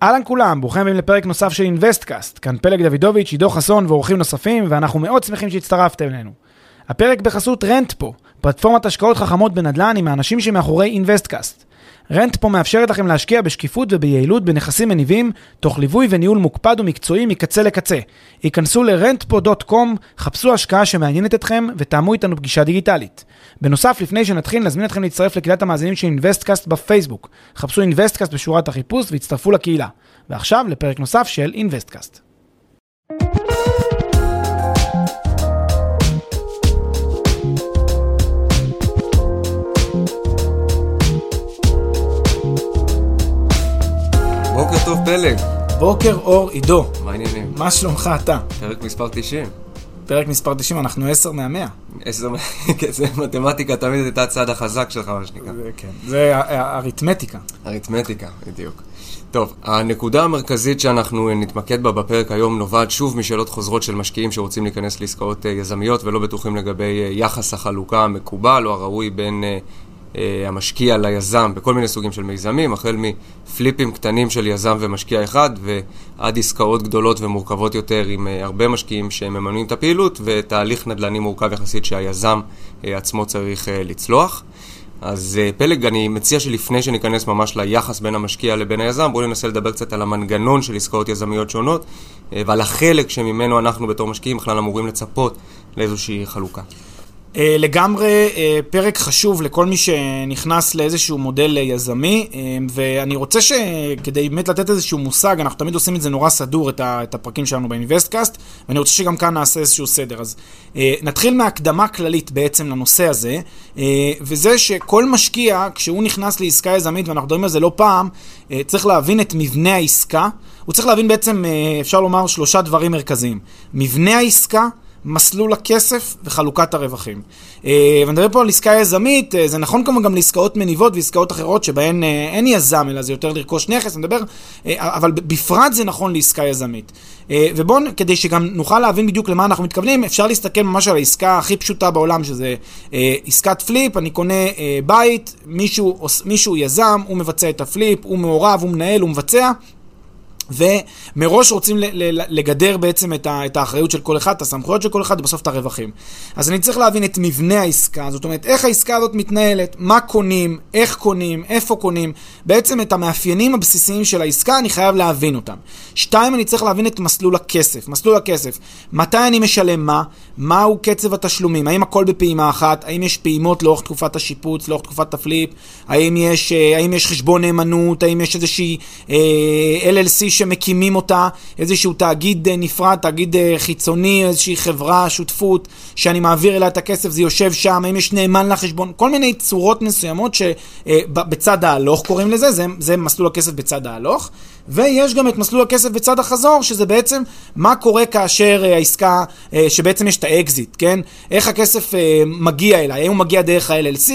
אהלן כולם, ברוכים הבאים לפרק נוסף של אינבסטקאסט. כאן פלג דוידוביץ', עידו חסון ואורחים נוספים, ואנחנו מאוד שמחים שהצטרפתם אלינו. הפרק בחסות רנטפו, פלטפורמת השקעות חכמות בנדל"ן עם האנשים שמאחורי אינבסטקאסט. רנטפו מאפשרת לכם להשקיע בשקיפות וביעילות בנכסים מניבים, תוך ליווי וניהול מוקפד ומקצועי מקצה לקצה. היכנסו ל-rentpo.com, חפשו השקעה שמעניינת אתכם ותאמו איתנו פגישה דיגיטלית. בנוסף, לפני שנתחיל, נזמין אתכם להצטרף לקהילת המאזינים של אינבסטקאסט בפייסבוק. חפשו אינבסטקאסט בשורת החיפוש והצטרפו לקהילה. ועכשיו לפרק נוסף של אינבסטקאסט. בוקר טוב פלג. בוקר אור עידו. מה העניינים? מה שלומך אתה? פרק מספר 90. פרק מספר 90, אנחנו 10 מה-100. 10 זה מתמטיקה, תמיד הייתה הצד החזק שלך, מה שנקרא. כן, זה אריתמטיקה. אריתמטיקה, בדיוק. טוב, הנקודה המרכזית שאנחנו נתמקד בה בפרק היום נובעת שוב משאלות חוזרות של משקיעים שרוצים להיכנס לעסקאות יזמיות ולא בטוחים לגבי יחס החלוקה המקובל או הראוי בין המשקיע ליזם בכל מיני סוגים של מיזמים, החל מפליפים קטנים של יזם ומשקיע אחד ועד עסקאות גדולות ומורכבות יותר עם הרבה משקיעים שמממנים את הפעילות ותהליך נדל"ני מורכב יחסית שהיזם עצמו צריך לצלוח. אז פלג, אני מציע שלפני שניכנס ממש ליחס בין המשקיע לבין היזם, בואו ננסה לדבר קצת על המנגנון של עסקאות יזמיות שונות ועל החלק שממנו אנחנו בתור משקיעים בכלל אמורים לצפות לאיזושהי חלוקה. לגמרי פרק חשוב לכל מי שנכנס לאיזשהו מודל יזמי, ואני רוצה שכדי באמת לתת איזשהו מושג, אנחנו תמיד עושים את זה נורא סדור, את הפרקים שלנו באינבסטקאסט, ואני רוצה שגם כאן נעשה איזשהו סדר. אז נתחיל מהקדמה כללית בעצם לנושא הזה, וזה שכל משקיע, כשהוא נכנס לעסקה יזמית, ואנחנו מדברים על זה לא פעם, צריך להבין את מבנה העסקה, הוא צריך להבין בעצם, אפשר לומר, 3 דברים מרכזיים. מבנה העסקה, מסלול הכסף וחלוקת הרווחים. ונדבר פה על עסקה יזמית, זה נכון כמובן גם לעסקאות מניבות ועסקאות אחרות שבהן אין יזם, אלא זה יותר לרכוש נכס, נדבר, אבל בפרט זה נכון לעסקה יזמית. ובואו, כדי שגם נוכל להבין בדיוק למה אנחנו מתכוונים, אפשר להסתכל ממש על העסקה הכי פשוטה בעולם, שזה עסקת פליפ, אני קונה בית, מישהו יזם, הוא מבצע את הפליפ, הוא מעורב, הוא מנהל, הוא מבצע, ומראש רוצים לגדר בעצם את האחריות של כל אחד, את הסמכויות של כל אחד, ובסוף את הרווחים. אז אני צריך להבין את מבנה העסקה, זאת אומרת, איך העסקה הזאת מתנהלת, מה קונים, איך קונים, איפה קונים, בעצם את המאפיינים הבסיסיים של העסקה, אני חייב להבין אותם. 2, אני צריך להבין את מסלול הכסף. מסלול הכסף, מתי אני משלם מהו קצב התשלומים, האם הכל בפעימה אחת, האם יש פעימות לאורך תקופת השיפוץ, לאורך תקופת הפליפ, האם יש חשבון נאמנות, האם יש איזושהי LLC שמקימים אותה, איזשהו תאגיד נפרד, תאגיד חיצוני, איזושהי חברה, שותפות, שאני מעביר אליה את הכסף, זה יושב שם, האם יש נאמן לחשבון, כל מיני צורות מסוימות שבצד ההלוך קוראים לזה, זה מסלול הכסף בצד ההלוך, ויש גם את מסלול הכסף בצד החזור, שזה בעצם מה קורה כאשר העסקה, שבעצם יש את האקזיט, כן? איך הכסף מגיע אליי, האם הוא מגיע דרך ה-LLC,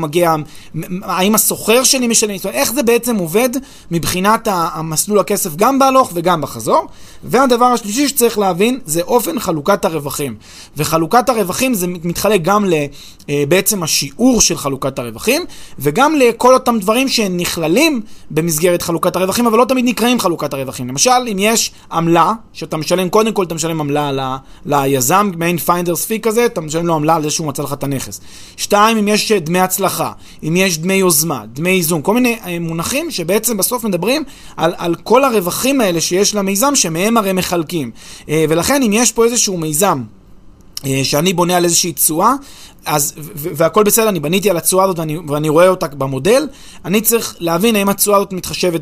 האם הסוחר שלי משלם, איך זה בעצם עובד מבחינת המסלול הכסף גם בהלוך וגם בחזור. והדבר השלישי שצריך להבין זה אופן חלוקת הרווחים. וחלוקת הרווחים זה מתחלק גם בעצם השיעור של חלוקת הרווחים, וגם לכל אותם דברים שנכללים במסגרת חלוקת הרווחים, אבל לא תמיד נקראים חלוקת הרווחים. למשל, אם יש עמלה, שאתה משלם, קודם כל אתה משלם עמלה ליזם, מעין פיינדרס פי כזה, אתה משלם לו עמלה על זה שהוא מצא לך את הנכס. 2, אם יש דמי הצלחה, אם יש דמי יוזמה, דמי איזון, כל מיני מונחים שבעצם בסוף מדברים על כל הרווחים האלה שיש למיזם, שמהם הרי מחלקים. ולכן אם יש פה איזשהו מיזם, שאני בונה על איזושהי תשואה, אז, והכל בסדר, אני בניתי על התשואה הזאת ואני רואה אותה במודל, אני צריך להבין האם התשואה הזאת מתחשבת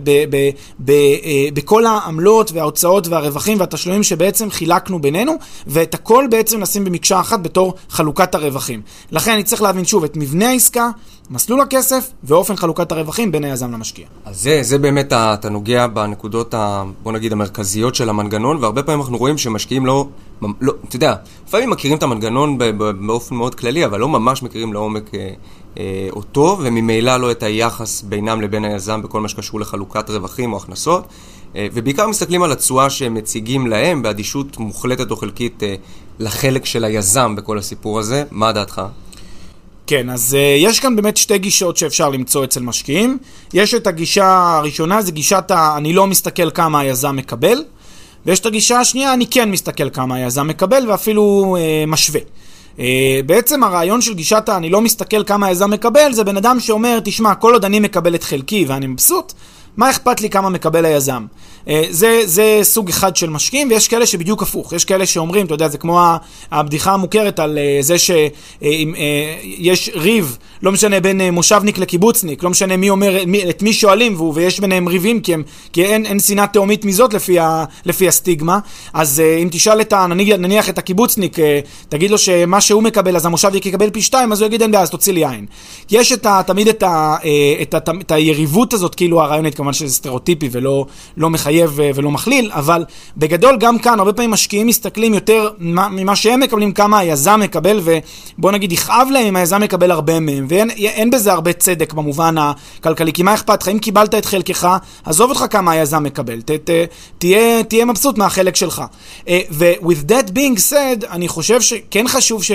בכל העמלות וההוצאות והרווחים והתשלומים שבעצם חילקנו בינינו, ואת הכל בעצם נשים במקשה אחת בתור חלוקת הרווחים. לכן אני צריך להבין שוב את מבנה העסקה, מסלול הכסף ואופן חלוקת הרווחים בין היזם למשקיע. אז זה באמת, אתה נוגע בנקודות, בוא נגיד, המרכזיות של המנגנון, והרבה פעמים אנחנו רואים שמשקיעים לא, אתה יודע, לפעמים מכירים את המנגנון באופן מאוד כללי, אבל לא ממש מכירים לעומק אותו, וממילא לא את היחס בינם לבין היזם בכל מה שקשור לחלוקת רווחים או הכנסות, ובעיקר מסתכלים על התשואה שהם מציגים להם באדישות מוחלטת או חלקית לחלק של היזם בכל הסיפור הזה. מה דעתך? כן, אז יש כאן באמת שתי גישות שאפשר למצוא אצל משקיעים. יש את הגישה הראשונה, זה גישת אני לא מסתכל כמה היזם מקבל, ויש את הגישה השנייה, אני כן מסתכל כמה היזם מקבל ואפילו משווה. בעצם הרעיון של גישת אני לא מסתכל כמה היזם מקבל, זה בן אדם שאומר, תשמע, כל עוד אני מקבל את חלקי ואני מבסוט, מה אכפת לי כמה מקבל היזם? זה סוג אחד של משקיעים, ויש כאלה שבדיוק הפוך. יש כאלה שאומרים, אתה יודע, זה כמו הבדיחה המוכרת על זה שיש ריב, לא משנה בין מושבניק לקיבוצניק, לא משנה מי אומר, את מי שואלים, ויש ביניהם ריבים, כי אין שנאה תאומית מזאת לפי הסטיגמה. אז אם תשאל נניח את הקיבוצניק, תגיד לו שמה שהוא מקבל, אז המושבניק יקבל פי 2, אז הוא יגיד, אין בעיה, אז תוציא לי עין. יש תמיד את היריבות הזאת, כאילו הרעיונית, כמובן שזה סטריאוטיפי ולא מחייב ולא מכליל, אבל בגדול גם כאן הרבה פעמים משקיעים מסתכלים יותר ממה שהם מקבלים, כמה היזם מקבל, ובוא נגיד יכאב להם אם היזם מקבל הרבה מהם, ואין בזה הרבה צדק במובן הכלכלי, כי מה אכפת לך? אם קיבלת את חלקך, עזוב אותך כמה היזם מקבל, תהיה מבסוט מהחלק שלך. ו-with that being said, אני חושב שכן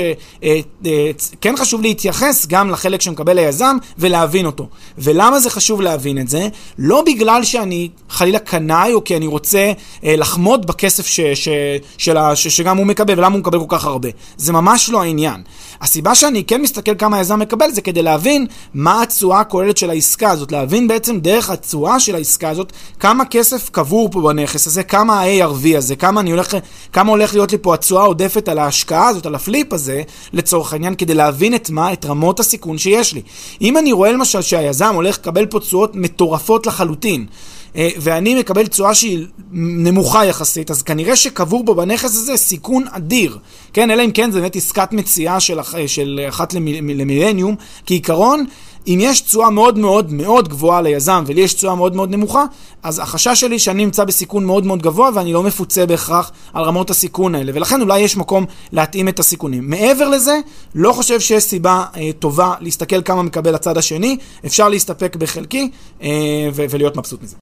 חשוב להתייחס גם לחלק שמקבל היזם ולהבין אותו. ולמה זה חשוב להבין את זה? לא בגלל שאני חלילה קנאי, או כי אני רוצה לחמוד בכסף שגם הוא מקבל, ולמה הוא מקבל כל כך הרבה. זה ממש לא העניין. הסיבה שאני כן מסתכל כמה היזם מקבל, זה כדי להבין מה התשואה הכוללת של העסקה הזאת, להבין בעצם דרך התשואה של העסקה הזאת, כמה כסף קבור פה בנכס הזה, כמה ה-ARV הזה, כמה הולך להיות לי פה התשואה עודפת על ההשקעה הזאת, על הפליפ הזה, לצורך העניין, כדי להבין את רמות הסיכון שיש לי. אם אני רואה למשל שהיזם הולך לקבל פה תשואות מטורפות לחלוטין, ואני מקבל תשואה שהיא נמוכה יחסית, אז כנראה שקבור בו בנכס הזה סיכון אדיר. כן, אלא אם כן זה באמת עסקת מציאה של אחת למילניום, כי עיקרון, אם יש תשואה מאוד מאוד מאוד גבוהה ליזם, ולי יש תשואה מאוד מאוד נמוכה, אז החשש שלי שאני נמצא בסיכון מאוד מאוד גבוה, ואני לא מפוצה בהכרח על רמות הסיכון האלה, ולכן אולי יש מקום להתאים את הסיכונים. מעבר לזה, לא חושב שיש סיבה טובה להסתכל כמה מקבל הצד השני, אפשר להסתפק בחלקי, ולהיות מבסוט מזה.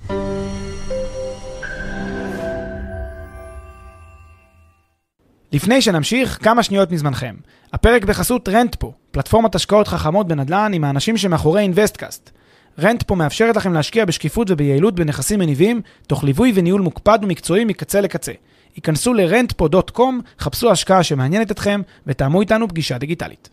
לפני שנמשיך, כמה שניות מזמנכם. הפרק בחסות רנטפו, פלטפורמת השקעות חכמות בנדל"ן עם האנשים שמאחורי אינבסטקאסט. רנטפו מאפשרת לכם להשקיע בשקיפות וביעילות בנכסים מניבים, תוך ליווי וניהול מוקפד ומקצועי מקצה לקצה. היכנסו ל-rentpo.com, חפשו השקעה שמעניינת אתכם ותאמו איתנו פגישה דיגיטלית.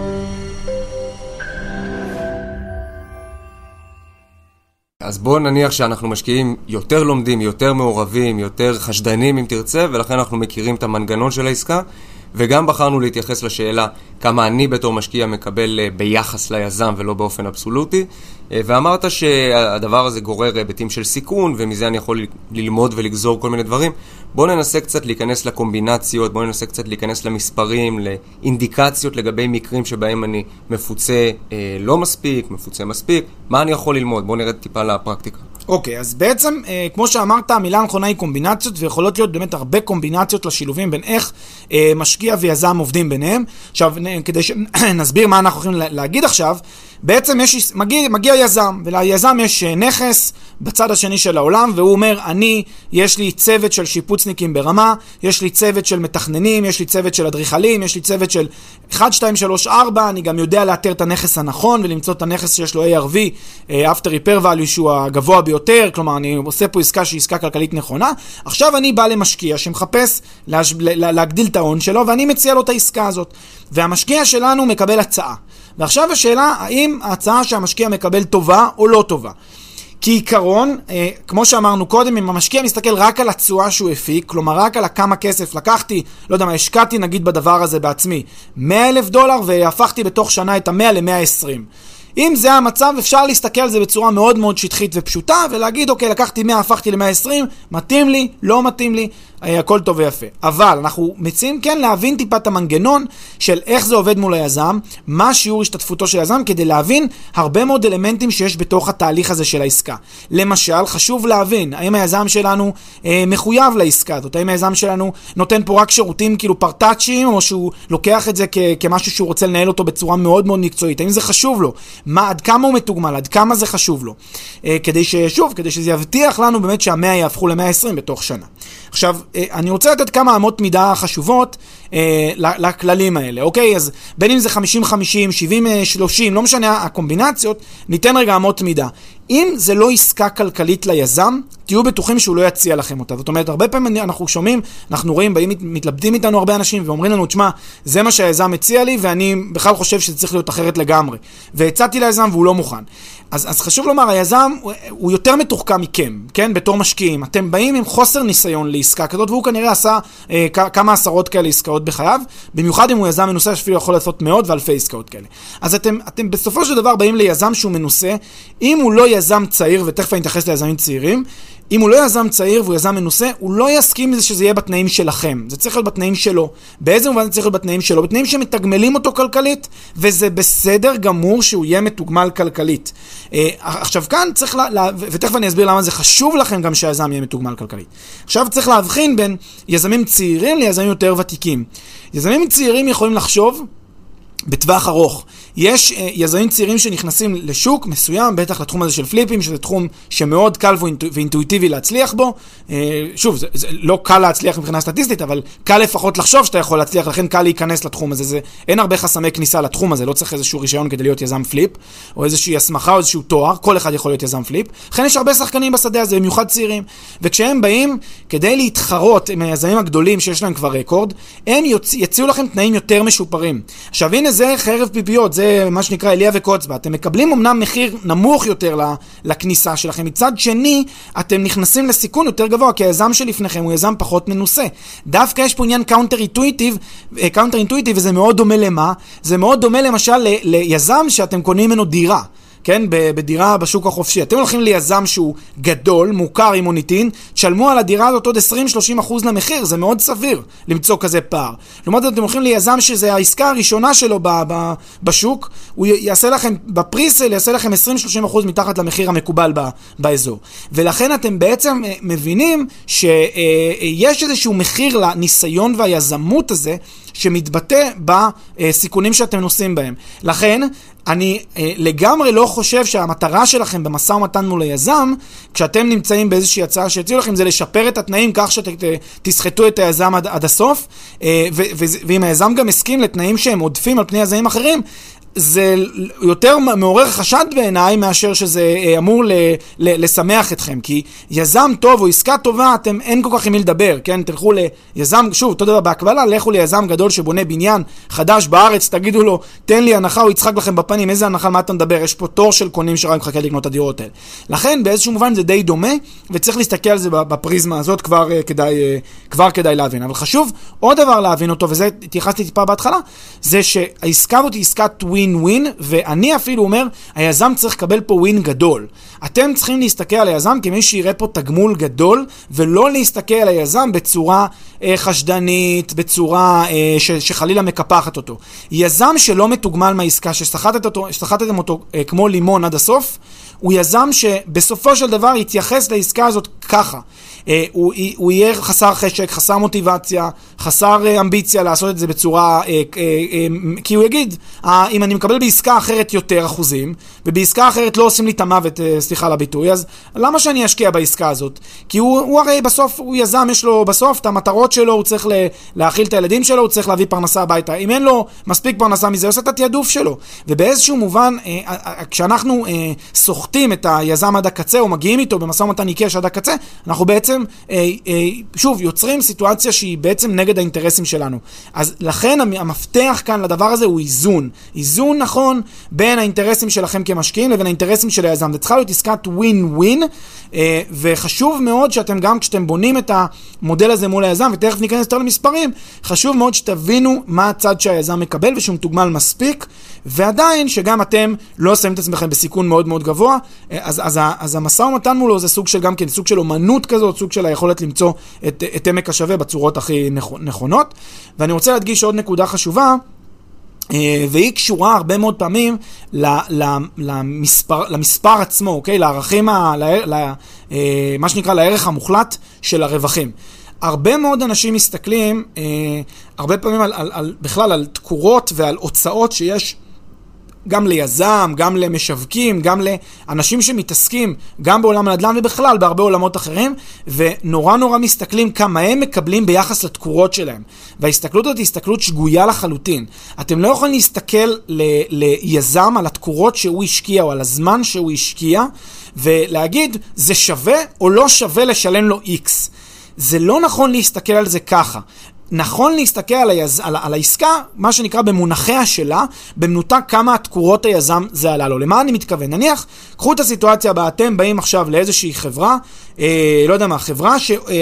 אז בואו נניח שאנחנו משקיעים יותר לומדים, יותר מעורבים, יותר חשדנים אם תרצה, ולכן אנחנו מכירים את המנגנון של העסקה, וגם בחרנו להתייחס לשאלה כמה אני בתור משקיע מקבל ביחס ליזם ולא באופן אבסולוטי, ואמרת שהדבר הזה גורר היבטים של סיכון, ומזה אני יכול ללמוד ולגזור כל מיני דברים. בואו ננסה קצת להיכנס לקומבינציות, בואו ננסה קצת להיכנס למספרים, לאינדיקציות לגבי מקרים שבהם אני מפוצה לא מספיק, מפוצה מספיק. מה אני יכול ללמוד? בואו נרד טיפה לפרקטיקה. אוקיי, אז בעצם, כמו שאמרת, המילה הנכונה היא קומבינציות, ויכולות להיות באמת הרבה קומבינציות לשילובים בין איך משקיע ויזם עובדים ביניהם. עכשיו, כדי שנסביר מה אנחנו יכולים להגיד עכשיו, בעצם מגיע יזם, וליזם יש נכס בצד השני של העולם, והוא אומר, יש לי צוות של שיפוצניקים ברמה, יש לי צוות של מתכננים, יש לי צוות של אדריכלים, יש לי צוות של 1, 2, 3, 4, אני גם יודע לאתר את הנכס הנכון, ולמצוא את הנכס שיש לו ARV, After Repair Value, שהוא הגבוה ביותר, כלומר, אני עושה פה עסקה שהיא עסקה כלכלית נכונה. עכשיו אני בא למשקיע שמחפש להגדיל את ההון שלו, ואני מציע לו את העסקה הזאת. והמשקיע שלנו מקבל הצעה. ועכשיו השאלה, האם ההצעה שהמשקיע מקבל טובה או לא טובה? כי עיקרון, כמו שאמרנו קודם, אם המשקיע מסתכל רק על התשואה שהוא הפיק, כלומר רק על כמה כסף לקחתי, לא יודע מה, השקעתי נגיד בדבר הזה בעצמי, $100,000, והפכתי בתוך שנה את ה-100 ל-120. אם זה המצב, אפשר להסתכל על זה בצורה מאוד מאוד שטחית ופשוטה, ולהגיד, אוקיי, לקחתי 100, הפכתי ל-120, מתאים לי, לא מתאים לי, הכל טוב ויפה. אבל אנחנו מציעים כן להבין טיפה את המנגנון של איך זה עובד מול היזם, מה שיעור השתתפותו של היזם, כדי להבין הרבה מאוד אלמנטים שיש בתוך התהליך הזה של העסקה. למשל, חשוב להבין, האם היזם שלנו מחויב לעסקה הזאת, האם היזם שלנו נותן פה רק שירותים כאילו פרטאצ'ים, או שהוא לוקח את זה כמשהו שהוא רוצה לנהל אותו בצורה מאוד מאוד מקצועית, האם זה חשוב לו, עד כמה הוא מתוגמל, עד כמה זה חשוב לו, כדי שזה יבטיח לנו באמת שה100 יהפכו ל120 בתוך שנה. עכשיו, אני רוצה לתת כמה אמות מידה חשובות, לכללים האלה, אוקיי? אז בין אם זה 50-50, 70-30, לא משנה הקומבינציות, ניתן רגע אמות מידה. אם זה לא עסקה כלכלית ליזם, תהיו בטוחים שהוא לא יציע לכם אותה. זאת אומרת, הרבה פעמים אנחנו שומעים, אנחנו רואים, באים, מתלבטים איתנו הרבה אנשים ואומרים לנו, תשמע, זה מה שהיזם הציע לי, ואני בכלל חושב שזה צריך להיות אחרת לגמרי. והצעתי ליזם והוא לא מוכן. אז חשוב לומר, היזם הוא יותר מתוחכם מכם, כן? בתור משקיעים. אתם באים עם חוסר ניסיון לעסקה כזאת, והוא כנראה עשה כמה עשרות כאלה עסקאות בחייו, במיוחד אם הוא יזם מנוסה, שאפילו יכול לעשות מאות ואלפי עסקאות כאלה. אז אתם בסופו של דבר באים ליזם שהוא מנוסה, אם הוא לא יזם צעיר, ותכף אני אתייחס ליזמים צעירים, אם הוא לא יזם צעיר והוא יזם מנוסה, הוא לא יסכים לזה שזה יהיה בתנאים שלכם. זה צריך להיות בתנאים שלו. באיזה מובן זה צריך להיות בתנאים שלו? בתנאים שמתגמלים אותו כלכלית, וזה בסדר גמור שהוא יהיה מתוגמל כלכלית. עכשיו כאן צריך, ותכף אני אסביר למה זה חשוב לכם גם שהיזם יהיה מתוגמל כלכלית. עכשיו צריך להבחין בין יזמים צעירים ליזמים יותר ותיקים. יזמים צעירים יכולים לחשוב בטווח ארוך. יש יזמים צעירים שנכנסים לשוק מסוים, בטח לתחום הזה של פליפים, שזה תחום שמאוד קל ואינטואיטיבי להצליח בו. שוב, זה לא קל להצליח מבחינה סטטיסטית, אבל קל לפחות לחשוב שאתה יכול להצליח, לכן קל להיכנס לתחום הזה. אין הרבה חסמי כניסה לתחום הזה, לא צריך איזשהו רישיון כדי להיות יזם פליפ, או איזושהי הסמכה או איזשהו תואר, כל אחד יכול להיות יזם פליפ. לכן יש הרבה שחקנים בשדה הזה, במיוחד צעירים. וכשהם באים, כדי להתחרות עם היזמים הגדולים שיש להם כבר רקורד, הם יציעו לכם תנאים יותר משופרים. עכשיו, הנה זה חרב פיפיות, זה מה שנקרא אליה וקוצבה. אתם מקבלים אמנם מחיר נמוך יותר לכניסה שלכם. מצד שני, אתם נכנסים לסיכון יותר גבוה, כי היזם שלפניכם הוא יזם פחות מנוסה. דווקא יש פה עניין קאונטר אינטואיטיב, וזה מאוד דומה למה? זה מאוד דומה למשל ליזם שאתם קונים ממנו דירה. כן, בדירה בשוק החופשי. אתם הולכים ליזם שהוא גדול, מוכר עם מוניטין, תשלמו על הדירה הזאת עוד 20-30% למחיר, זה מאוד סביר למצוא כזה פער. לעומת זאת, אתם הולכים ליזם שזה העסקה הראשונה שלו בשוק, הוא יעשה לכם, בפריסל יעשה לכם 20-30% מתחת למחיר המקובל באזור. ולכן אתם בעצם מבינים שיש איזשהו מחיר לניסיון והיזמות הזה, שמתבטא בסיכונים שאתם נושאים בהם. לכן, אני לגמרי לא חושב שהמטרה שלכם במשא ומתן מול היזם, כשאתם נמצאים באיזושהי הצעה שהציעו לכם, זה לשפר את התנאים כך שתסחטו את היזם עד הסוף, ואם היזם גם הסכים לתנאים שהם עודפים על פני יזמים אחרים, זה יותר מעורר חשד בעיניי מאשר שזה אמור לשמח אתכם, כי יזם טוב או עסקה טובה, אתם אין כל כך עם מי לדבר, כן? תלכו ליזם, שוב, אותו דבר בהקבלה, לכו ליזם גדול שבונה בניין חדש בארץ, תגידו לו, תן לי הנחה, הוא יצחק לכם בפנים, איזה הנחה, מה אתה מדבר? יש פה תור של קונים שרק מחכה לקנות את הדירות האלה. לכן, באיזשהו מובן זה די דומה, וצריך להסתכל על זה בפריזמה הזאת, כבר כדאי להבין. אבל חשוב עוד דבר להבין אותו, וזה התייחסתי טיפה בהתחלה, זה שהעסקה הזאת היא עסקת ווין, ואני אפילו אומר, היזם צריך לקבל פה ווין גדול. אתם צריכים להסתכל על היזם כמי שיראה פה תגמול גדול, ולא להסתכל על היזם בצורה חשדנית, בצורה שחלילה מקפחת אותו. יזם שלא מתוגמל מהעסקה, שסחטתם אותו כמו לימון עד הסוף, הוא יזם שבסופו של דבר יתייחס לעסקה הזאת ככה. הוא יהיה חסר חשק, חסר מוטיבציה, חסר אמביציה לעשות את זה בצורה, כי הוא יגיד, אם אני מקבל בעסקה אחרת יותר אחוזים, ובעסקה אחרת לא עושים לי את המוות, סליחה על הביטוי, אז למה שאני אשקיע בעסקה הזאת? כי הוא הרי בסוף, הוא יזם, יש לו בסוף את המטרות שלו, הוא צריך להאכיל את הילדים שלו, הוא צריך להביא פרנסה הביתה. אם אין לו מספיק פרנסה מזה, הוא עושה את התיעדוף שלו. ובאיזשהו מובן, כשאנחנו סוחטים את היזם עד הקצה, או מגיעים איתו במשא ומתן עיקש עד הקצה, אנחנו בעצם, שוב, יוצרים סיטואציה שהיא בעצם נגד האינטרסים שלנו. אז לכן המפתח כאן לדבר הזה הוא איזון. איזון נכון בין האינטרסים שלכם כמשקיעים לבין האינטרסים של היזם. זה צריכה להיות עסקת ווין-ווין, וחשוב מאוד שאתם גם כשאתם בונים את המודל הזה מול היזם, ותכף ניכנס יותר למספרים, חשוב מאוד שתבינו מה הצד שהיזם מקבל ושהוא מתוגמל מספיק, ועדיין שגם אתם לא שמים את עצמכם בסיכון מאוד מאוד גבוה. אז המשא ומתן מולו זה סוג של גם כן, סוג של אומנות כזאת, סוג של היכולת למצוא את עמק השווה בצורות הכי נכונות. ואני רוצה להדגיש עוד נקודה חשובה, והיא קשורה הרבה מאוד פעמים למספר עצמו, אוקיי? לערכים, מה שנקרא לערך המוחלט של הרווחים. הרבה מאוד אנשים מסתכלים, הרבה פעמים בכלל על תקורות ועל הוצאות שיש גם ליזם, גם למשווקים, גם לאנשים שמתעסקים גם בעולם הנדל"ן ובכלל בהרבה עולמות אחרים, ונורא נורא מסתכלים כמה הם מקבלים ביחס לתקורות שלהם. וההסתכלות הזאת היא הסתכלות שגויה לחלוטין. אתם לא יכולים להסתכל ליזם על התקורות שהוא השקיע או על הזמן שהוא השקיע, ולהגיד זה שווה או לא שווה לשלם לו X. זה לא נכון להסתכל על זה ככה. נכון להסתכל על העסקה, מה שנקרא במונחיה שלה, במנותק כמה התקורות היזם זה עלה לו. למה אני מתכוון? נניח, קחו את הסיטואציה בה אתם באים עכשיו לאיזושהי חברה, לא יודע מה, חברה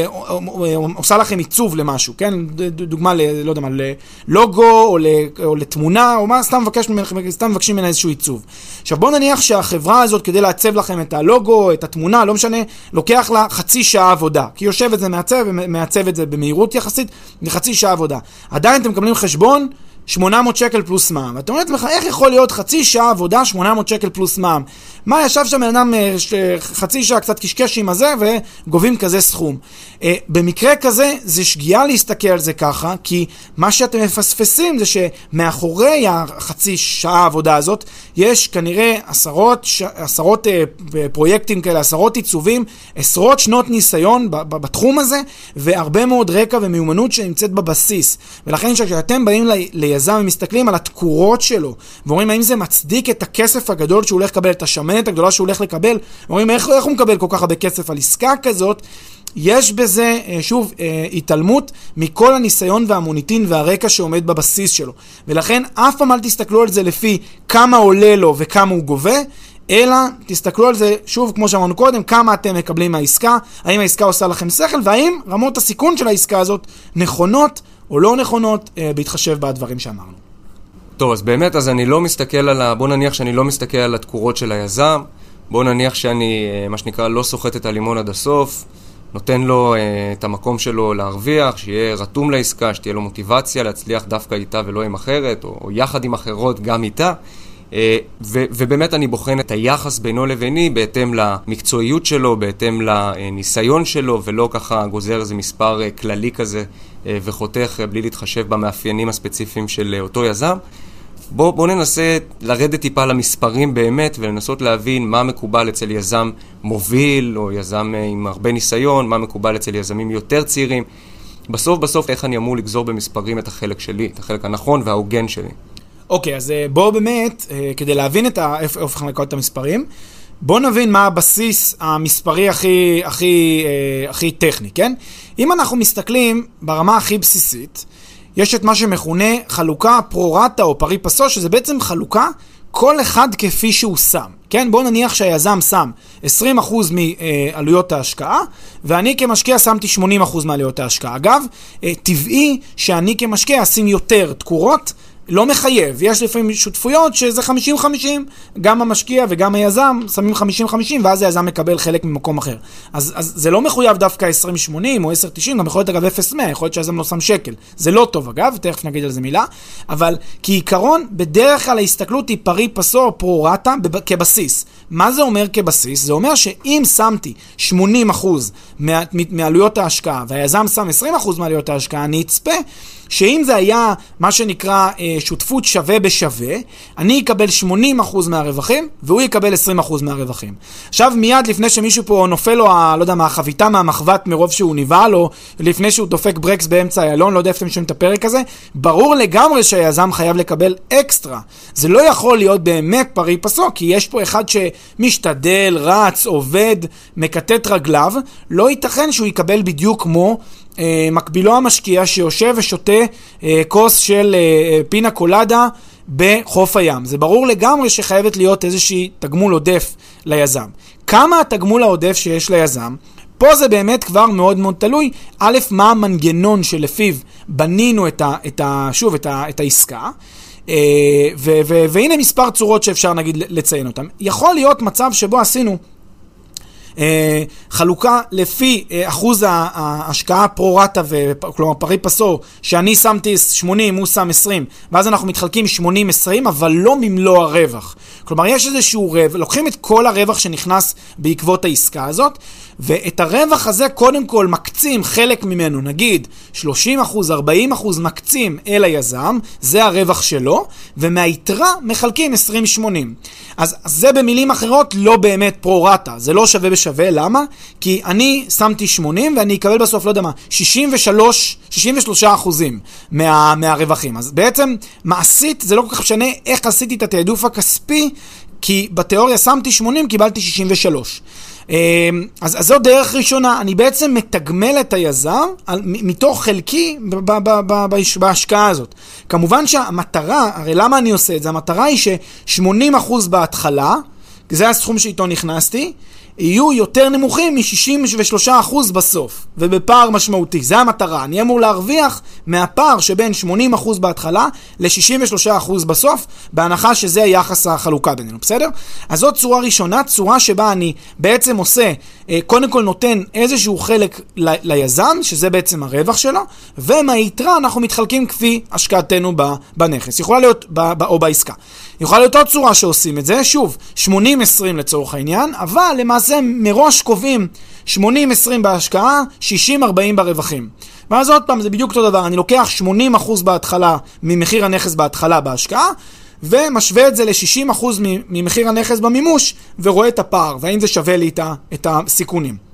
שעושה לכם עיצוב למשהו, כן? דוגמה, לא יודע מה, ללוגו או לתמונה, או מה, סתם מבקשים ממנה איזשהו עיצוב. עכשיו בואו נניח שהחברה הזאת, כדי לעצב לכם את הלוגו, את התמונה, לא משנה, לוקח לה חצי שעה עבודה, כי יושב את זה מעצב את זה במהירות יחסית, חצי שעה עבודה. עדיין אתם מקבלים חשבון 800 שקל פלוס מע"מ. ואתה אומר לעצמך, איך יכול להיות חצי שעה עבודה 800 שקל פלוס מע"מ? מה ישב שם אדם חצי שעה קצת קשקש עם הזה וגובים כזה סכום? במקרה כזה זה שגיאה להסתכל על זה ככה, כי מה שאתם מפספסים זה שמאחורי החצי שעה עבודה הזאת יש כנראה עשרות פרויקטים כאלה, עשרות עיצובים, עשרות שנות ניסיון בתחום הזה, והרבה מאוד רקע ומיומנות שנמצאת בבסיס. ולכן כשאתם באים ליזם ומסתכלים על התקורות שלו, ואומרים האם זה מצדיק את הכסף הגדול שהוא הולך לקבל, את השמנת הגדולה שהוא הולך לקבל, ואומרים איך הוא מקבל כל כך הרבה כסף על עסקה כזאת, יש בזה, שוב, התעלמות מכל הניסיון והמוניטין והרקע שעומד בבסיס שלו. ולכן אף פעם אל תסתכלו על זה לפי כמה עולה לו וכמה הוא גובה, אלא תסתכלו על זה, שוב, כמו שאמרנו קודם, כמה אתם מקבלים מהעסקה, האם העסקה עושה לכם שכל, והאם רמות הסיכון של העסקה הזאת נכונות או לא נכונות, בהתחשב בדברים שאמרנו. טוב, אז באמת, אני לא מסתכל בוא נניח שאני לא מסתכל על התקורות של היזם, בוא נניח שאני, מה שנקרא, לא סוחט את הלימון עד הסוף, נותן לו את המקום שלו להרוויח, שיהיה רתום לעסקה, שתהיה לו מוטיבציה להצליח דווקא איתה ולא עם אחרת, או יחד עם אחרות גם איתה. ובאמת אני בוחן את היחס בינו לביני בהתאם למקצועיות שלו, בהתאם לניסיון שלו, ולא ככה גוזר איזה מספר כללי כזה וחותך בלי להתחשב במאפיינים הספציפיים של אותו יזם. בואו ננסה לרדת טיפה למספרים באמת ולנסות להבין מה מקובל אצל יזם מוביל או יזם עם הרבה ניסיון, מה מקובל אצל יזמים יותר צעירים. בסוף איך אני אמור לגזור במספרים את החלק שלי, את החלק הנכון וההוגן שלי. אוקיי, אז בואו באמת, כדי להבין איפה אנחנו נקרא את המספרים, בואו נבין מה הבסיס המספרי הכי טכני, כן? אם אנחנו מסתכלים ברמה הכי בסיסית, יש את מה שמכונה חלוקה פרו-רטה או פרי פסו, שזה בעצם חלוקה כל אחד כפי שהוא שם. כן, בואו נניח שהיזם שם 20% מעלויות ההשקעה, ואני כמשקיע שמתי 80% מעלויות ההשקעה. אגב, טבעי שאני כמשקיע אשים יותר תקורות, לא מחייב. יש לפעמים שותפויות שזה 50-50, גם המשקיע וגם היזם שמים 50-50, ואז היזם מקבל חלק ממקום אחר. אז זה לא מחויב דווקא 20-80 או 10-90, גם יכול להיות אגב 0-100, יכול להיות שהיזם לא שם שקל. זה לא טוב אגב, תכף נגיד על זה מילה, אבל כעיקרון, בדרך כלל ההסתכלות היא פרי פסו או פרו-רטה כבסיס. מה זה אומר כבסיס? זה אומר שאם שמתי 80% מעלויות ההשקעה, והיזם שם 20% מעלויות ההשקעה, אני אצפה שאם זה היה מה שנקרא שותפות שווה בשווה, אני אקבל 80% מהרווחים, והוא יקבל 20% מהרווחים. עכשיו מיד לפני שמישהו פה נופל לו, לא יודע מה, החביתה מהמחבת מרוב שהוא נבעל, או לפני שהוא דופק ברקס באמצע איילון, לא יודע איפה משום את הפרק הזה, ברור לגמרי שהיזם חייב לקבל אקסטרה. זה לא יכול להיות באמת פרי פסו, כי יש פה אחד שמשתדל, רץ, עובד, מקטט רגליו, לא ייתכן שהוא יקבל בדיוק כמו מקבילו המשקיע שיושב ושותה כוס של פינה קולדה בחוף הים. זה ברור לגמרי שחייבת להיות איזושהי תגמול עודף ליזם. כמה התגמול העודף שיש ליזם? פה זה באמת כבר מאוד מאוד תלוי. א', מה המנגנון שלפיו בנינו את העסקה, והנה מספר צורות שאפשר נגיד לציין אותם. יכול להיות מצב שבו עשינו חלוקה לפי אחוז ההשקעה פרו-רטה, כלומר פרי פסו, שאני שמתי 80, הוא שם 20, ואז אנחנו מתחלקים 80-20, אבל לא ממלוא הרווח. כלומר, יש איזשהו רווח, לוקחים את כל הרווח שנכנס בעקבות העסקה הזאת, ואת הרווח הזה קודם כל מקצים חלק ממנו, נגיד 30%, 40% מקצים אל היזם, זה הרווח שלו, ומהיתרה מחלקים 20-80. אז זה במילים אחרות לא באמת פרו-רטה, זה לא שווה בשווה, למה? כי אני שמתי 80 ואני אקבל בסוף, לא יודע מה, 63% מהרווחים. אז בעצם מעשית זה לא כל כך משנה איך עשיתי את התעדוף הכספי, כי בתיאוריה שמתי 80, קיבלתי 63. אז זו דרך ראשונה, אני בעצם מתגמל את היזם מתוך חלקי בהשקעה הזאת. כמובן שהמטרה, הרי למה אני עושה את זה? המטרה היא ש-80% בהתחלה, זה הסכום שאיתו נכנסתי, יהיו יותר נמוכים מ-63% בסוף, ובפער משמעותי. זה המטרה. אני אמור להרוויח מהפער שבין 80% בהתחלה ל-63% בסוף, בהנחה שזה יחס החלוקה בינינו, בסדר? אז זאת צורה ראשונה, צורה שבה אני בעצם עושה, קודם כל נותן איזשהו חלק ליזם, שזה בעצם הרווח שלו, ומהיתרה אנחנו מתחלקים כפי השקעתנו בנכס. יכולה להיות, או בעסקה. יכולה להיות עוד צורה שעושים את זה, שוב, 80-20 לצורך העניין, אבל למעשה מראש קובעים 80-20 בהשקעה, 60-40 ברווחים. ואז עוד פעם, זה בדיוק אותו דבר, אני לוקח 80% בהתחלה ממחיר הנכס בהתחלה בהשקעה, ומשווה את זה ל-60% ממחיר הנכס במימוש, ורואה את הפער, והאם זה שווה לי את הסיכונים.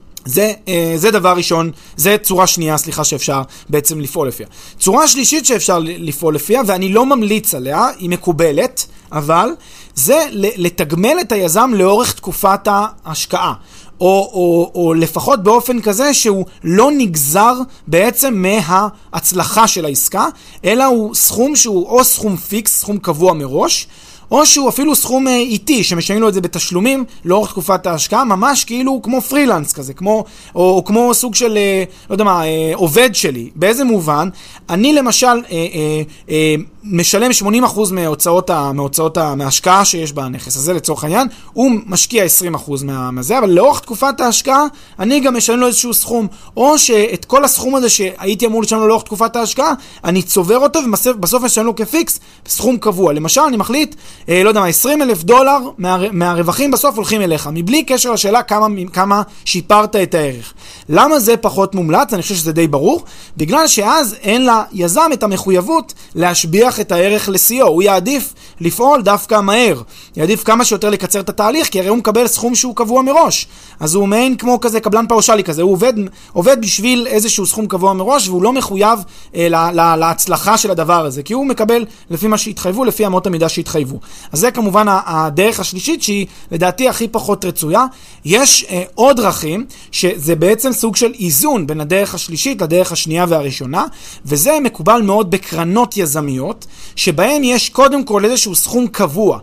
זה דבר ראשון, זה צורה שנייה, סליחה, שאפשר בעצם לפעול לפיה. צורה שלישית שאפשר לפעול לפיה, ואני לא ממליץ עליה, היא מקובלת, אבל זה לתגמל את היזם לאורך תקופת ההשקעה. או לפחות באופן כזה שהוא לא נגזר בעצם מההצלחה של העסקה, אלא הוא סכום שהוא או סכום פיקס, סכום קבוע מראש, או שהוא אפילו סכום איטי, שמשלמים לו את זה בתשלומים לאורך תקופת ההשקעה, ממש כאילו כמו פרילנס כזה, או כמו סוג של, לא יודע מה, עובד שלי. באיזה מובן? אני למשל משלם 80% מההשקעה שיש בנכס הזה לצורך העניין, הוא משקיע 20% מהזה, אבל לאורך תקופת ההשקעה אני גם משלם לו איזשהו סכום, או שאת כל הסכום הזה שהייתי אמור לשלם לו לאורך תקופת ההשקעה, אני צובר אותו ובסוף משלם לו כפיקס סכום קבוע. למשל, אני מחליט, לא יודע מה, $20,000 מהרווחים בסוף הולכים אליך, מבלי קשר לשאלה כמה שיפרת את הערך. למה זה פחות מומלץ? אני חושב שזה די ברור, בגלל שאז אין ליזם את המחויבות להשביח את הערך לסיוע. הוא יעדיף לפעול דווקא מהר, יעדיף כמה שיותר לקצר את התהליך, כי הרי הוא מקבל סכום שהוא קבוע מראש. אז הוא מעין כמו כזה קבלן פאושלי כזה, הוא עובד בשביל איזשהו סכום קבוע מראש, והוא לא מחויב להצלחה של הדבר הזה, כי הוא מקבל לפי מה שהתחייבו, לפי אמות המידה שהתחייבו. אז זה כמובן הדרך השלישית, שהיא לדעתי הכי פחות רצויה. יש עוד דרכים, שזה בעצם סוג של איזון בין הדרך השלישית לדרך השנייה והראשונה, וזה מקובל מאוד בקרנות יזמיות, שבהם יש קודם כל איזשהו סכום קבוע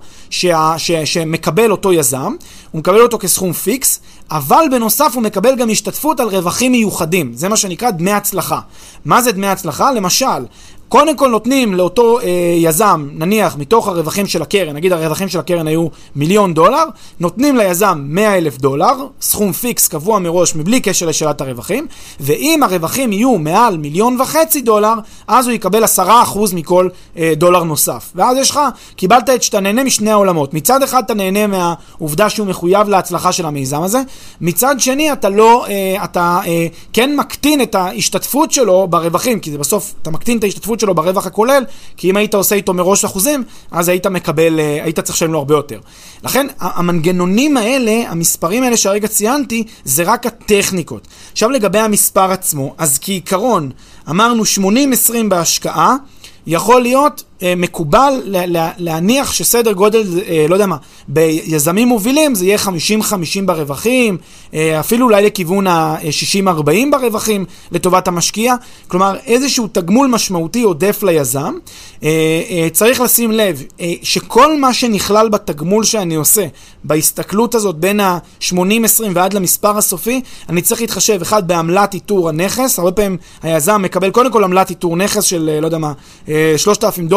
שמקבל אותו יזם, הוא מקבל אותו כסכום פיקס, אבל בנוסף הוא מקבל גם השתתפות על רווחים מיוחדים. זה מה שנקרא דמי הצלחה. מה זה דמי הצלחה? למשל, קודם כל נותנים לאותו יזם, נניח מתוך הרווחים של הקרן, נגיד הרווחים של הקרן היו $1,000,000, נותנים ליזם $100,000, סכום פיקס קבוע מראש מבלי קשר לשאלת הרווחים, ואם הרווחים יהיו מעל $1,500,000, אז הוא יקבל 10% מכל דולר נוסף. ואז יש לך, קיבלת שאתה נהנה משני העולמות. מצד אחד אתה נהנה מהעובדה שהוא מחויב להצלחה של המיזם הזה, מצד שני אתה כן מקטין את ההשתתפות שלו ברווחים, כי זה בסוף אתה מקטין את ההשתתפות שלו ברווח הכולל, כי אם היית עושה איתו מראש אחוזים, אז היית צריך לשלם לו הרבה יותר. לכן, המנגנונים האלה, המספרים האלה שהרגע ציינתי, זה רק הטכניקות. עכשיו לגבי המספר עצמו, אז כעיקרון, אמרנו 80-20 בהשקעה, יכול להיות מקובל להניח שסדר גודל, לא יודע מה, ביזמים מובילים זה יהיה 50-50 ברווחים, אפילו אולי לכיוון ה-60-40 ברווחים לטובת המשקיע, כלומר איזשהו תגמול משמעותי עודף ליזם. צריך לשים לב שכל מה שנכלל בתגמול שאני עושה, בהסתכלות הזאת בין ה-80-20 ועד למספר הסופי, אני צריך להתחשב אחד בעמלת איתור הנכס. הרבה פעמים היזם מקבל קודם כל עמלת איתור נכס של, לא יודע מה, $3,000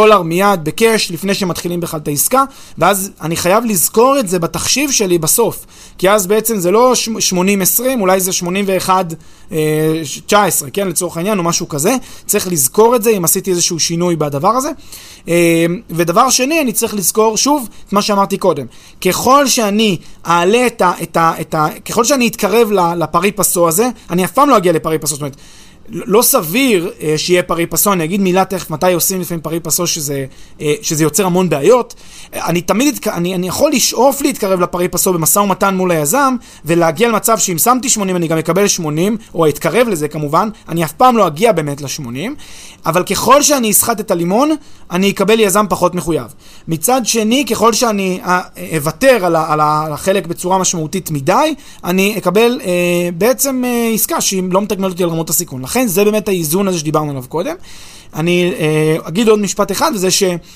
$100 מיד בקש לפני שמתחילים בכלל את העסקה, ואז אני חייב לזכור את זה בתחשיב שלי בסוף, כי אז בעצם זה לא 80-20, אולי זה 81-19, כן, לצורך העניין או משהו כזה, צריך לזכור את זה אם עשיתי איזשהו שינוי בדבר הזה. ודבר שני, אני צריך לזכור שוב את מה שאמרתי קודם, ככל שאני אעלה ככל שאני אתקרב לפרי פסו הזה, אני אף פעם לא אגיע לפרי פסו, זאת אומרת, לא סביר שיהיה פרי פסו, אני אגיד מילה תכף מתי עושים לפעמים פרי פסו שזה יוצר המון בעיות. אני יכול לשאוף להתקרב לפרי פסו במשא ומתן מול היזם, ולהגיע למצב שאם שמתי 80 אני גם אקבל 80, או אתקרב לזה כמובן, אני אף פעם לא אגיע באמת ל-80, אבל ככל שאני אסחט את הלימון, אני אקבל יזם פחות מחויב. מצד שני, ככל שאני אוותר על החלק בצורה משמעותית מדי, אני אקבל בעצם עסקה שהיא לא מתגמלת אותי על רמות הסיכון. לכן זה באמת האיזון הזה שדיברנו עליו קודם. אני אגיד עוד משפט אחד, וזה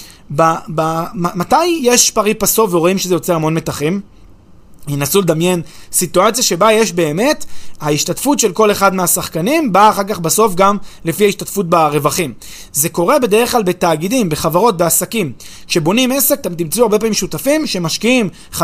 מתי יש פרי פסו ורואים שזה יוצר המון מתחים? ינסו לדמיין סיטואציה שבה יש באמת ההשתתפות של כל אחד מהשחקנים, באה אחר כך בסוף גם לפי ההשתתפות ברווחים. זה קורה בדרך כלל בתאגידים, בחברות, בעסקים. כשבונים עסק, אתם תמצאו הרבה פעמים שותפים שמשקיעים 50-50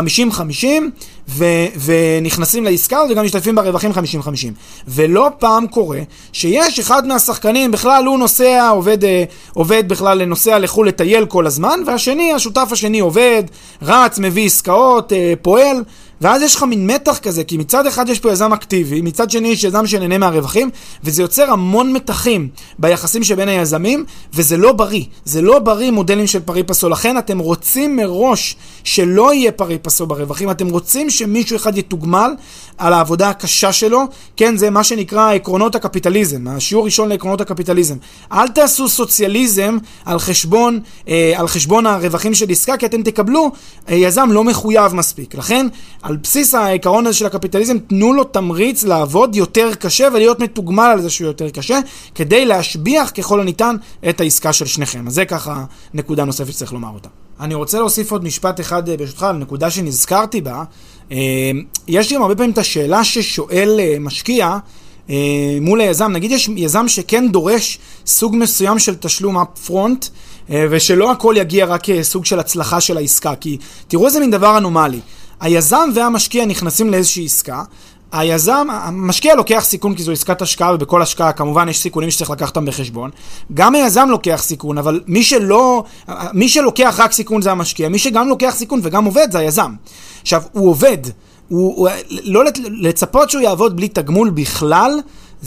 ונכנסים לעסקה וגם משתתפים ברווחים 50-50. ולא פעם קורה שיש אחד מהשחקנים בכלל הוא נוסע, עובד בכלל נוסע לחול לטייל כל הזמן, והשני, השותף השני עובד, רץ, מביא עסקאות, פועל, ואז יש לך מין מתח כזה, כי מצד אחד יש פה יזם אקטיבי, מצד שני יש יזם שנהנה מהרווחים, וזה יוצר המון מתחים ביחסים שבין היזמים, וזה לא בריא. זה לא בריא מודלים של פרי פסו. לכן אתם רוצים מראש שלא יהיה פרי פסו ברווחים, אתם רוצים שמישהו אחד יתוגמל על העבודה הקשה שלו. כן, זה מה שנקרא עקרונות הקפיטליזם, השיעור ראשון לעקרונות הקפיטליזם. אל תעשו סוציאליזם על חשבון הרווחים של עסקה, כי אתם תקבלו יזם לא מחויב מספיק. לכן, על בסיס העיקרון הזה של הקפיטליזם, תנו לו תמריץ לעבוד יותר קשה ולהיות מתוגמל על זה שהוא יותר קשה, כדי להשביח ככל הניתן את העסקה של שניכם. אז זה ככה נקודה נוספת שצריך לומר אותה. אני רוצה להוסיף עוד משפט אחד ברשותך על נקודה שנזכרתי בה. יש לי הרבה פעמים את השאלה ששואל משקיע מול היזם. נגיד יש יזם שכן דורש סוג מסוים של תשלום אפ-פרונט, ושלא הכל יגיע רק סוג של הצלחה של העסקה, כי תראו איזה מין דבר אנומלי. היזם והמשקיע נכנסים לאיזושהי עסקה, המשקיע לוקח סיכון כי זו עסקת השקעה, ובכל השקעה כמובן יש סיכונים שצריך לקחת אותם בחשבון. גם היזם לוקח סיכון, אבל מי שלוקח רק סיכון זה המשקיע, מי שגם לוקח סיכון וגם עובד זה היזם. עכשיו, הוא עובד, לא לצפות שהוא יעבוד בלי תגמול בכלל,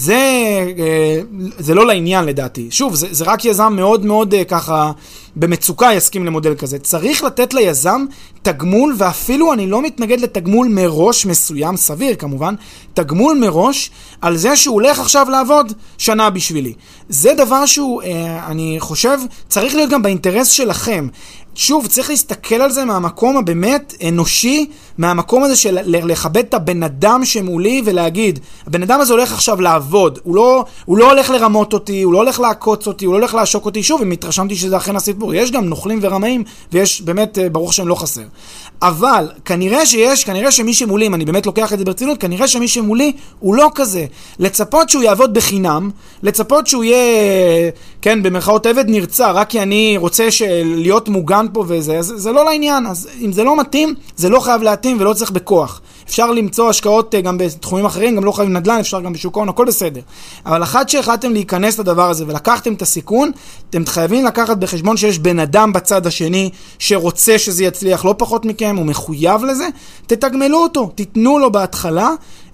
זה לא לעניין לדעתי. שוב, זה רק יזם מאוד מאוד ככה במצוקה יסכים למודל כזה. צריך לתת ליזם תגמול, ואפילו אני לא מתנגד לתגמול מראש מסוים, סביר כמובן, תגמול מראש על זה שהוא הולך עכשיו לעבוד שנה בשבילי. זה דבר שהוא, אני חושב, צריך להיות גם באינטרס שלכם. שוב, צריך להסתכל על זה מהמקום הבאמת אנושי, מהמקום הזה של לכבד את הבן אדם שמולי ולהגיד, הבן אדם הזה הולך עכשיו לעבוד, הוא לא הולך לרמות אותי, הוא לא הולך לעקוץ אותי, הוא לא הולך לעשוק אותי. שוב, אם התרשמתי שזה אכן הסיפור, יש גם נוכלים ורמאים, ויש באמת ברוך שהם לא חסר. אבל כנראה שמי שמולי, אם אני באמת לוקח את זה ברצינות, כנראה שמי שמולי הוא לא כזה. לצפות שהוא יעבוד בחינם, לצפות שהוא יהיה, כן, במרכאות עבד נרצע, רק כי אני רוצה להיות מוגן פה וזה, זה לא לעניין. אז אם זה לא מתאים, זה לא חייב להתאים ולא צריך בכוח. אפשר למצוא השקעות גם בתחומים אחרים, גם לא חייב נדל"ן, אפשר גם בשוק ההון, הכל בסדר. אבל אחת שהחלטתם להיכנס לדבר הזה ולקחתם את הסיכון, אתם חייבים לקחת בחשבון שיש בן אדם בצד השני שרוצה שזה יצליח לא פחות מכם, הוא מחויב לזה, תתגמלו אותו, תיתנו לו בהתחלה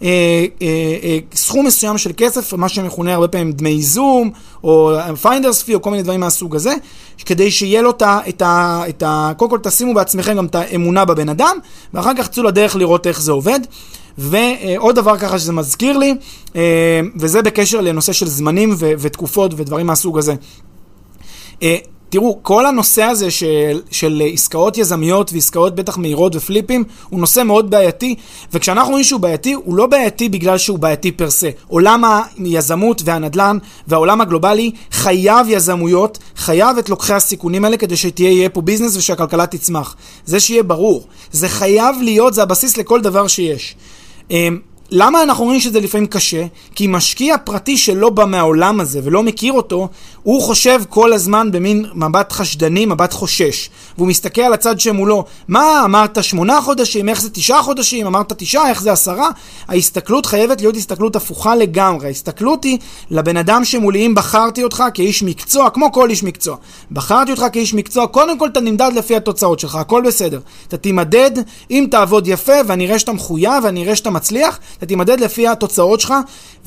סכום מסוים של כסף, מה שמכונה הרבה פעמים דמי איזום, או פיינדרס פי, או כל מיני דברים מהסוג הזה, כדי שיהיה לו קודם כל תשימו בעצמכם גם את האמונה בבן אדם, ואחר כך צאו לדרך לראות איך זה עובד. ועוד דבר ככה שזה מזכיר לי, וזה בקשר לנושא של זמנים ותקופות ודברים מהסוג הזה. תראו, כל הנושא הזה של עסקאות יזמיות ועסקאות בטח מהירות ופליפים, הוא נושא מאוד בעייתי, וכשאנחנו רואים שהוא בעייתי, הוא לא בעייתי בגלל שהוא בעייתי פרסה. עולם היזמות והנדל"ן והעולם הגלובלי חייב יזמויות, חייב את לוקחי הסיכונים האלה כדי שתהיה פה ביזנס ושהכלכלה תצמח. זה שיהיה ברור. זה חייב להיות, זה הבסיס לכל דבר שיש. למה אנחנו רואים שזה לפעמים קשה? כי משקיע פרטי שלא בא מהעולם הזה ולא מכיר אותו, הוא חושב כל הזמן במין מבט חשדני, מבט חושש. והוא מסתכל על הצד שמולו, מה אמרת 8 חודשים, איך זה 9 חודשים, אמרת 9, איך זה 10? ההסתכלות חייבת להיות הסתכלות הפוכה לגמרי. ההסתכלות היא לבן אדם שמולי, אם בחרתי אותך כאיש מקצוע, כמו כל איש מקצוע. בחרתי אותך כאיש מקצוע, קודם כל אתה נמדד לפי התוצאות שלך, הכל בסדר. אתה תימדד, אם תעבוד יפה ואני אראה שאתה מחויב ואני אראה שאתה מצליח, אתה תימדד לפי התוצאות שלך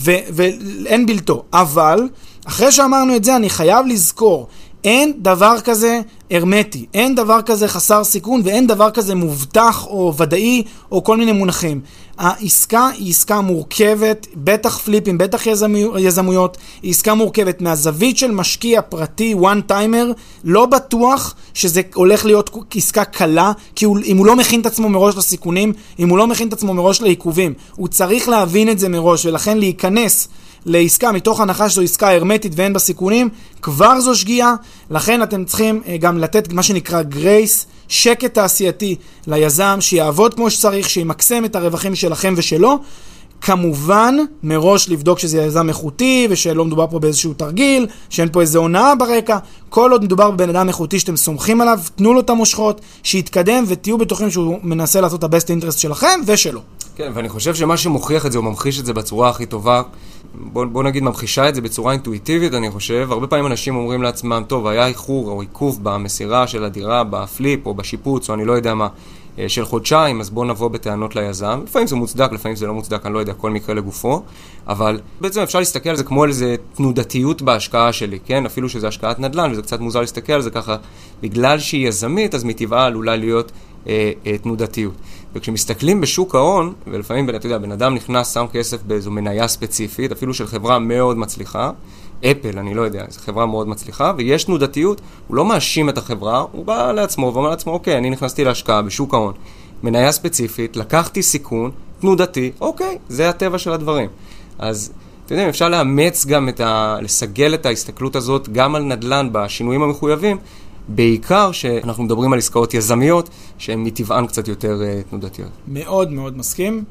ואין בלתו. אבל אחרי שאמרנו את זה, אני חייב לזכור, אין דבר כזה הרמטי, אין דבר כזה חסר סיכון, ואין דבר כזה מובטח או ודאי או כל מיני מונחים. העסקה היא עסקה מורכבת, בטח פליפים, בטח יזמויות, היא עסקה מורכבת מהזווית של משקיע פרטי, one timer, לא בטוח שזה הולך להיות עסקה קלה, כי אם הוא לא מכין את עצמו מראש לסיכונים, אם הוא לא מכין את עצמו מראש לעיכובים, הוא צריך להבין את זה מראש, ולכן להיכנס לעסקה מתוך הנחה שזו עסקה הרמטית ואין בסיכונים, כבר זו שגיאה. לכן אתם צריכים גם לתת מה שנקרא גרייס, שקט תעשייתי ליזם, שיעבוד כמו שצריך, שימקסם את הרווחים שלכם ושלו. כמובן, מראש לבדוק שזה יזם איכותי, ושלא מדובר פה באיזשהו תרגיל, שאין פה איזו הונאה ברקע. כל עוד מדובר בבן אדם איכותי שאתם סומכים עליו, תנו לו את המושכות, שיתקדם ותהיו בטוחים שהוא מנסה לעשות את ה-best interest שלכם ושלו. כן, ואני חושב שמה שמוכיח את זה, הוא ממחיש את זה בצורה הכי טובה. בוא נגיד, ממחישה את זה בצורה אינטואיטיבית, אני חושב. הרבה פעמים אנשים אומרים לעצמם, טוב, היה איחור או עיכוב במסירה של הדירה, בפליפ או בשיפוץ, או אני לא יודע מה, של חודשיים, אז בוא נבוא בטענות ליזם. לפעמים זה מוצדק, לפעמים זה לא מוצדק, אני לא יודע, כל מקרה לגופו. אבל בעצם אפשר להסתכל על זה כמו על איזה תנודתיות בהשקעה שלי, כן? אפילו שזה השקעת נדל"ן, וזה קצת מוזר להסתכל על זה ככה, בגלל שהיא יזמית, אז מטבעה עלולה להיות תנודתיות. וכשמסתכלים בשוק ההון, ולפעמים, אתה יודע, בן אדם נכנס, שם כסף באיזו מניה ספציפית, אפילו של חברה מאוד מצליחה, אפל, אני לא יודע, זו חברה מאוד מצליחה, ויש תנודתיות, הוא לא מאשים את החברה, הוא בא לעצמו ואומר לעצמו, אוקיי, אני נכנסתי להשקעה בשוק ההון, מניה ספציפית, לקחתי סיכון, תנודתי, אוקיי, זה הטבע של הדברים. אז, אתם יודעים, אפשר לאמץ גם לסגל את ההסתכלות הזאת, גם על נדל"ן בשינויים המחויבים, בעיקר שאנחנו מדברים על עסקאות יזמיות, שהן מטבען קצת יותר תנודתיות. מאוד מאוד מסכים,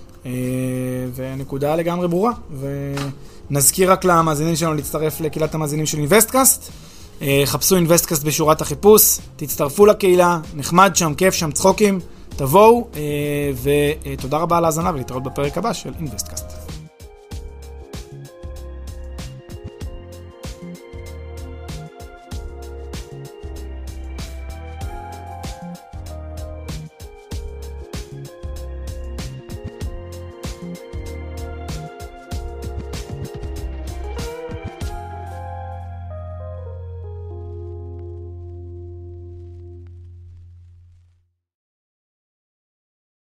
ונקודה לגמרי ברורה, ונזכיר רק למאזינים שלנו להצטרף לקהילת המאזינים של אינבסטקאסט, חפשו אינבסטקאסט בשורת החיפוש, תצטרפו לקהילה, נחמד שם, כיף שם, צחוקים, תבואו, ותודה רבה על ההאזנה ולהתראות בפרק הבא של אינבסטקאסט.